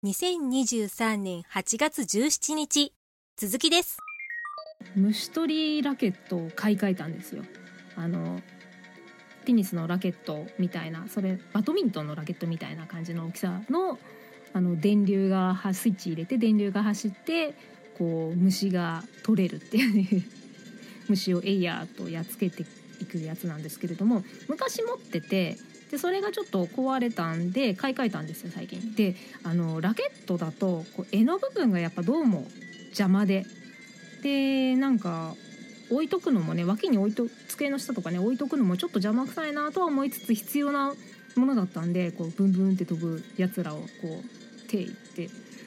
2023年8月17日続きです。 虫取りラケットを買い替えたんですよ。テニスのラケットみたいな、それバドミントンのラケットみたいな感じの大きさの、電流がスイッチ入れて電流が走ってこう虫が取れるっていう虫をエイヤーとやっつけていくやつなんですけれども、昔持ってて、でそれがちょっと壊れたんで買い替えたんですよ最近。でラケットだとこう柄の部分がやっぱどうも邪魔で、なんか置いとくのもね、脇に机の下とかね置いとくのもちょっと邪魔くさいなとは思いつつ必要なものだったんで、こうブンブンって飛ぶやつらをこう手いって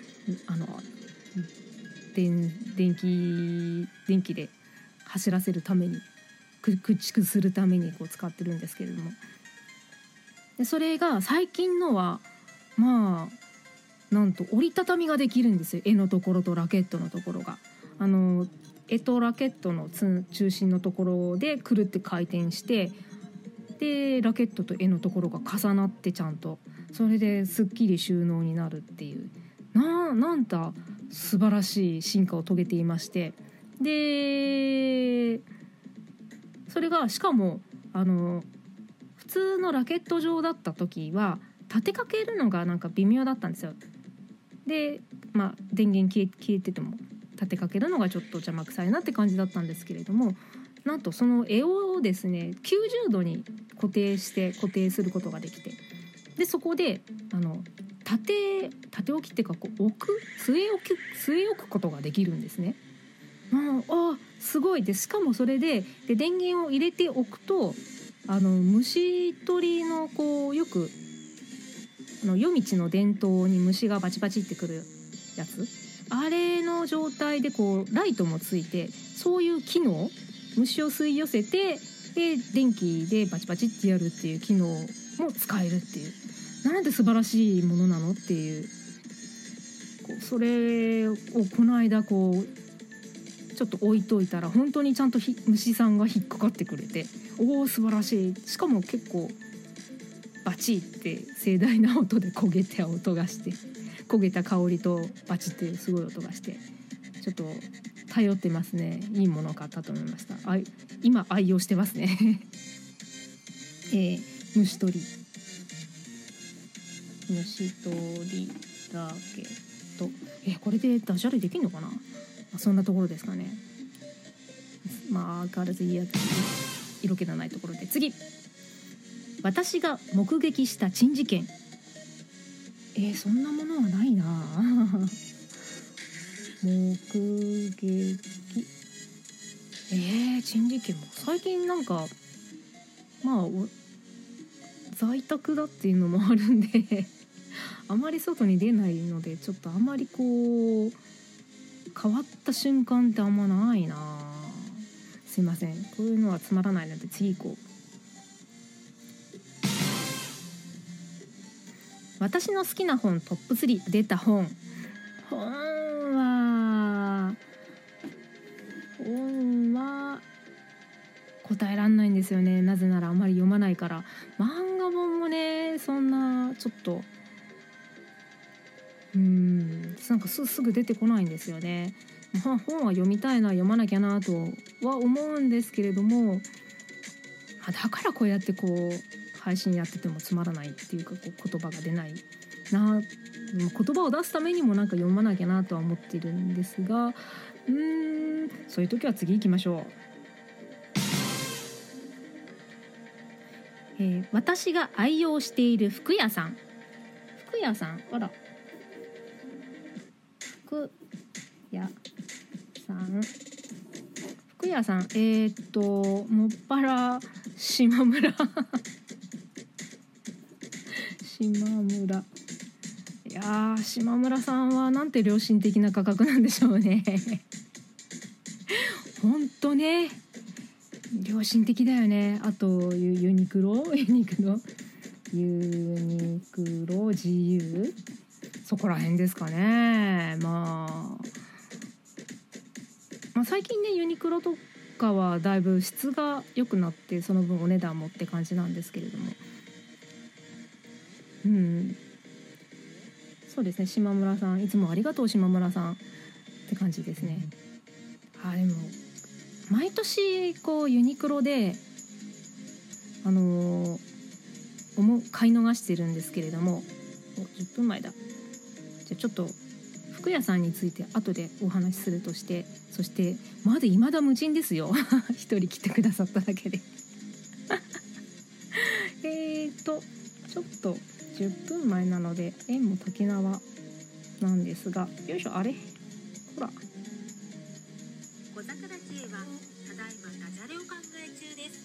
電気で走らせるために駆逐するためにこう使ってるんですけれども、でそれが最近のはまあなんと折りたたみができるんですよ。柄のところとラケットのところが柄とラケットの中心のところでくるって回転して、でラケットと柄のところが重なってちゃんとそれですっきり収納になるっていうなんと素晴らしい進化を遂げていまして、でそれがしかも普通のラケット状だった時は立てかけるのがなんか微妙だったんですよ。で電源消えてても立てかけるのがちょっと邪魔くさいなって感じだったんですけれども、なんとその柄をですね90度に固定することができて、でそこで縦置きっていうかこう据え置くことができるんですね。すごい。でしかもそれで電源を入れておくと虫取りのこうよく夜道の電灯に虫がバチバチってくるやつ、あれの状態でこうライトもついて、そういう機能、虫を吸い寄せてで電気でバチバチってやるっていう機能も使えるっていう、なんて素晴らしいものなのっていう、それをこの間こうちょっと置いといたら本当にちゃんと虫さんが引っかかってくれて、素晴らしい。しかも結構バチって盛大な音で焦げた香りとバチってすごい音がして、ちょっと頼ってますね。いいものを買ったと思いました。今愛用してますね虫取りラケット、これでダジャレできるのかな。そんなところですかね。相変わらずいいやつ、色気のないところで次、私が目撃した珍事件。そんなものはないな目撃珍事件も最近なんか在宅だっていうのもあるんであまり外に出ないので、ちょっとあまりこう変わった瞬間ってあんまないな。すいません、こういうのはつまらないので次行こう。私の好きな本トップ3。出た本は答えらんないんですよね。なぜならあんまり読まないから。漫画本もね、そんなちょっとなんかすぐ出てこないんですよね。本は読みたいな、読まなきゃなとは思うんですけれども、だからこうやってこう配信やっててもつまらないっていうか、こう言葉が出ないな、言葉を出すためにもなんか読まなきゃなとは思ってるんですが、そういう時は次行きましょう。私が愛用している服屋さん、あら、服屋さんもっぱら島村いや島村さんはなんて良心的な価格なんでしょうねほんとね、良心的だよね。あとユニクロ GU そこら辺ですかね。最近ねユニクロとかはだいぶ質が良くなって、その分お値段もって感じなんですけれども、 そうですね、島村さんいつもありがとう島村さんって感じですね。でも毎年こうユニクロで買い逃してるんですけれども、10分前だ。じゃあちょっと服屋さんについて後でお話しするとして、そしてまだ未だ無人ですよ一人来てくださっただけでちょっと10分前なので縁も竹縄なんですが、よいしょ、あれほら、 小桜知恵はただいまダジャレを考え中です。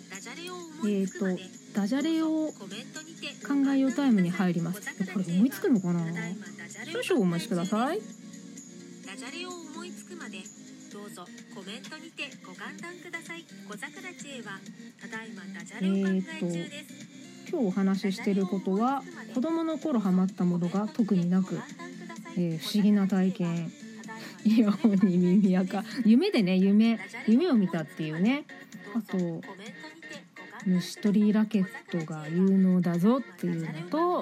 ダジャレを思いつくまでダジャレをコメントにて考えようタイムに入ります。これ思いつくのかな。少々お待ちください。 ダジャレを思いつくまでどうぞコメントにてご歓談ください。小桜知恵はただいまダジャレを考え中です。 今日お話ししていることは、子供の頃ハマったものが特になく、不思議な体験、イヤホンに耳垢、夢でね、夢を見たっていうね、あと虫取りラケットが有能だぞっていうのと、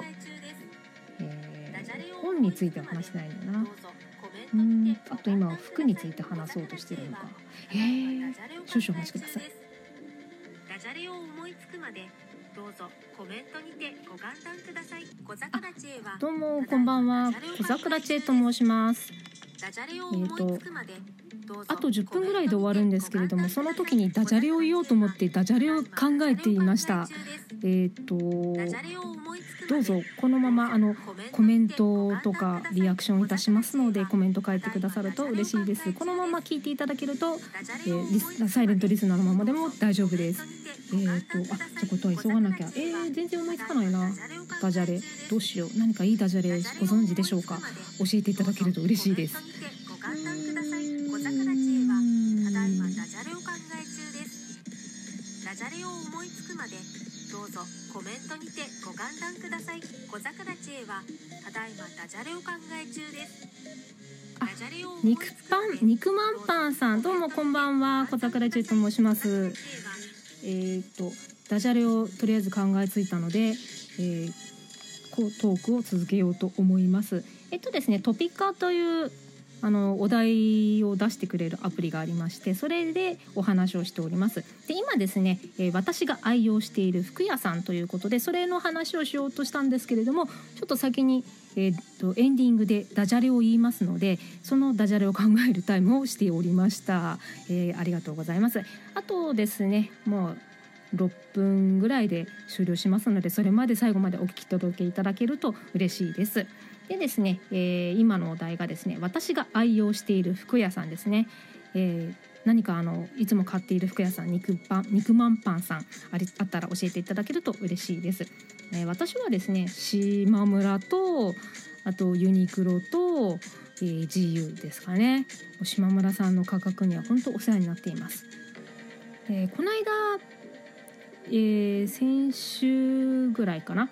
本については話してないんだな。あと今は服について話そうとしてるのか。少々お待ちください。 ダジャレを思いつくまでどうぞコメントにてご歓談ください。小桜知恵はどうもこんばんは、小桜知恵と申します。あと10分ぐらいで終わるんですけれども、その時にダジャレを言おうと思ってダジャレを考えていました。どうぞこのままコメントとかリアクションいたしますので、コメント書いてくださると嬉しいです。このまま聞いていただけると、サイレントリスナーのままでも大丈夫です。ってことは急がなきゃ。全然思いつかないな。ダジャレどうしよう。何かいいダジャレご存知でしょうか。教えていただけると嬉しいです。ダジャレを思いつくまでどうぞコメントにてご歓談ください。小桜知恵はただいまダジャレを考え中です。肉まんパンさん、どうもこんばんは、小桜知恵と申します。ダジャレをとりあえず考えついたので、トークを続けようと思います。ですね、トピカというお題を出してくれるアプリがありまして、それでお話をしております。で今ですね、私が愛用している服屋さんということで、それの話をしようとしたんですけれども、ちょっと先に、エンディングでダジャレを言いますので、そのダジャレを考えるタイムをしておりました。ありがとうございます。あとですね、もう6分ぐらいで終了しますので、それまで最後までお聞き届けいただけると嬉しいです。でですね、今のお題がですね、私が愛用している服屋さんですね。何かいつも買っている服屋さん、肉まんパンさんあったら教えていただけると嬉しいです。私はですね、島村とあとユニクロと、GU ですかね。島村さんの価格には本当お世話になっています。この間、先週ぐらいかな、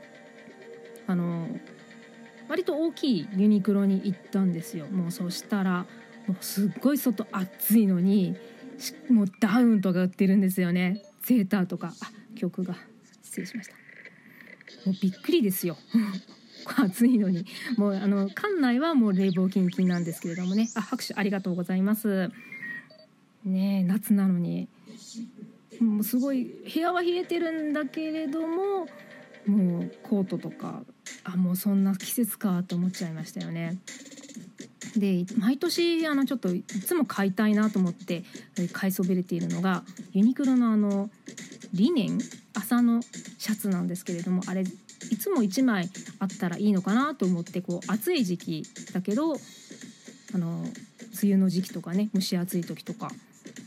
割と大きいユニクロに行ったんですよ。もうそしたらもうすっごい外暑いのに、もうダウンとか売ってるんですよね。セーターとか、曲が失礼しました。もうびっくりですよ暑いのに。もう館内はもう冷房キンキンなんですけれどもね。拍手ありがとうございますね。夏なのにもうすごい部屋は冷えてるんだけれども、もうコートとか、もうそんな季節かと思っちゃいましたよね。で毎年ちょっといつも買いたいなと思って買いそびれているのがユニクロのリネン麻のシャツなんですけれども、あれいつも1枚あったらいいのかなと思って、こう暑い時期だけど梅雨の時期とかね、蒸し暑い時とか、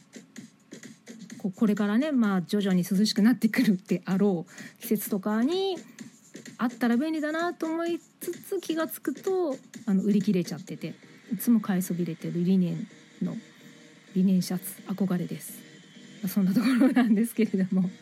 これからね、徐々に涼しくなってくるってあろう季節とかにあったら便利だなと思いつつ、気がつくと売り切れちゃってて、いつも買いそびれてるリネンシャツ憧れです。そんなところなんですけれども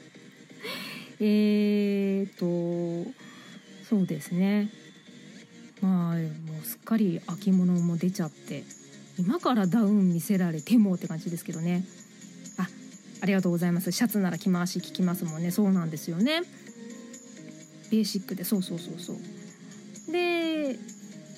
そうですね、もうすっかり秋物も出ちゃって、今からダウン見せられてもって感じですけどね。ありがとうございます。シャツなら着回し聞きますもんね。そうなんですよね。ベーシックで、そう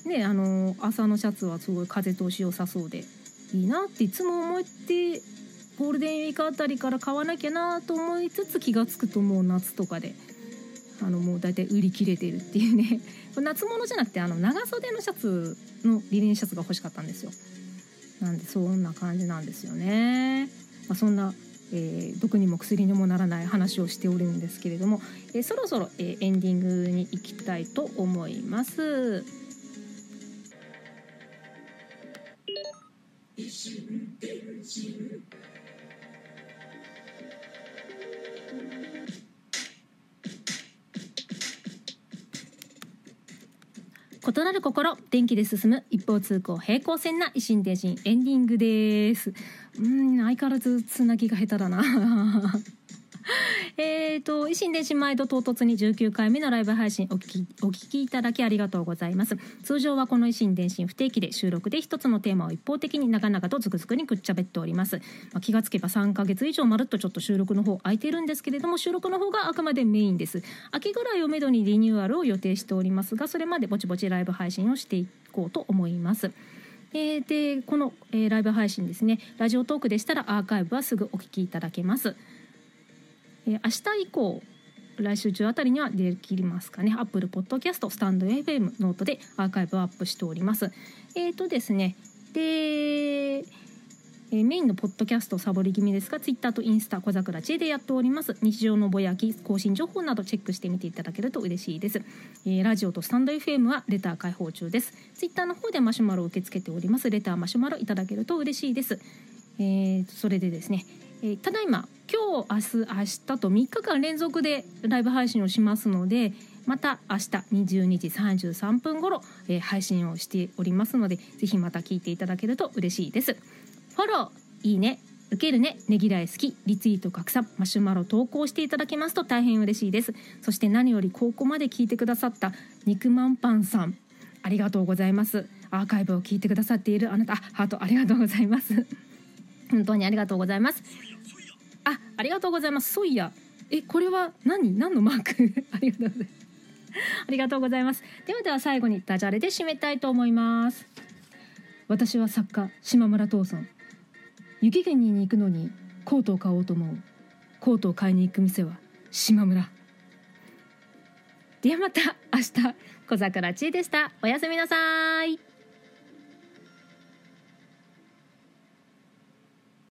ね、朝のシャツはすごい風通し良さそうでいいなっていつも思ってゴールデンウィークあたりから買わなきゃなと思いつつ、気がつくともう夏とかでもう大体売り切れてるっていうね夏物じゃなくて長袖のシャツのリネンシャツが欲しかったんですよ。なんでそんな感じなんですよね。そんな、毒にも薬にもならない話をしておるんですけれども、そろそろ、エンディングに行きたいと思います。異なる心、電気で進む一方通行平行線な維新伝心エンディングです。相変わらずつなぎが下手だな維新伝心毎度唐突に19回目のライブ配信お聞きいただきありがとうございます。通常はこの維新伝心不定期で収録で一つのテーマを一方的に長々とズクズクにくっちゃべっております。気がつけば3ヶ月以上まるっとちょっと収録の方空いてるんですけれども、収録の方があくまでメインです。秋ぐらいをめどにリニューアルを予定しておりますが、それまでぼちぼちライブ配信をしていこうと思います。でこの、ライブ配信ですね、ラジオトークでしたらアーカイブはすぐお聞きいただけます。明日以降来週中あたりにはできますかね。 Apple Podcast、スタンド FM、ノートでアーカイブをアップしております。ですね、で、メインのポッドキャストサボり気味ですが、ツイッターとインスタ小桜知恵でやっております。日常のぼやき更新情報などチェックしてみていただけると嬉しいです。ラジオとスタンド FM はレター開放中です。ツイッターの方でマシュマロを受け付けております。レターマシュマロいただけると嬉しいです。それでですね、ただいま今日明日明日と3日間連続でライブ配信をしますので、また明日22時33分頃、配信をしておりますので、ぜひまた聞いていただけると嬉しいです。フォロー、いいね、受けるね、ねぎらい好き、リツイート拡散、マシュマロ投稿していただけますと大変嬉しいです。そして何よりここまで聞いてくださった肉まんパンさん、ありがとうございます。アーカイブを聞いてくださっているあなた、ハートありがとうございます本当にありがとうございます。ありがとうございます。ソイヤ、これは何のマークありがとうございますありがとうございます。では最後にダジャレで締めたいと思います。私は作家島村藤村、雪国に行くのにコートを買おうと思う。コートを買いに行く店は島村。ではまた明日。小桜知恵でした。おやすみなさい。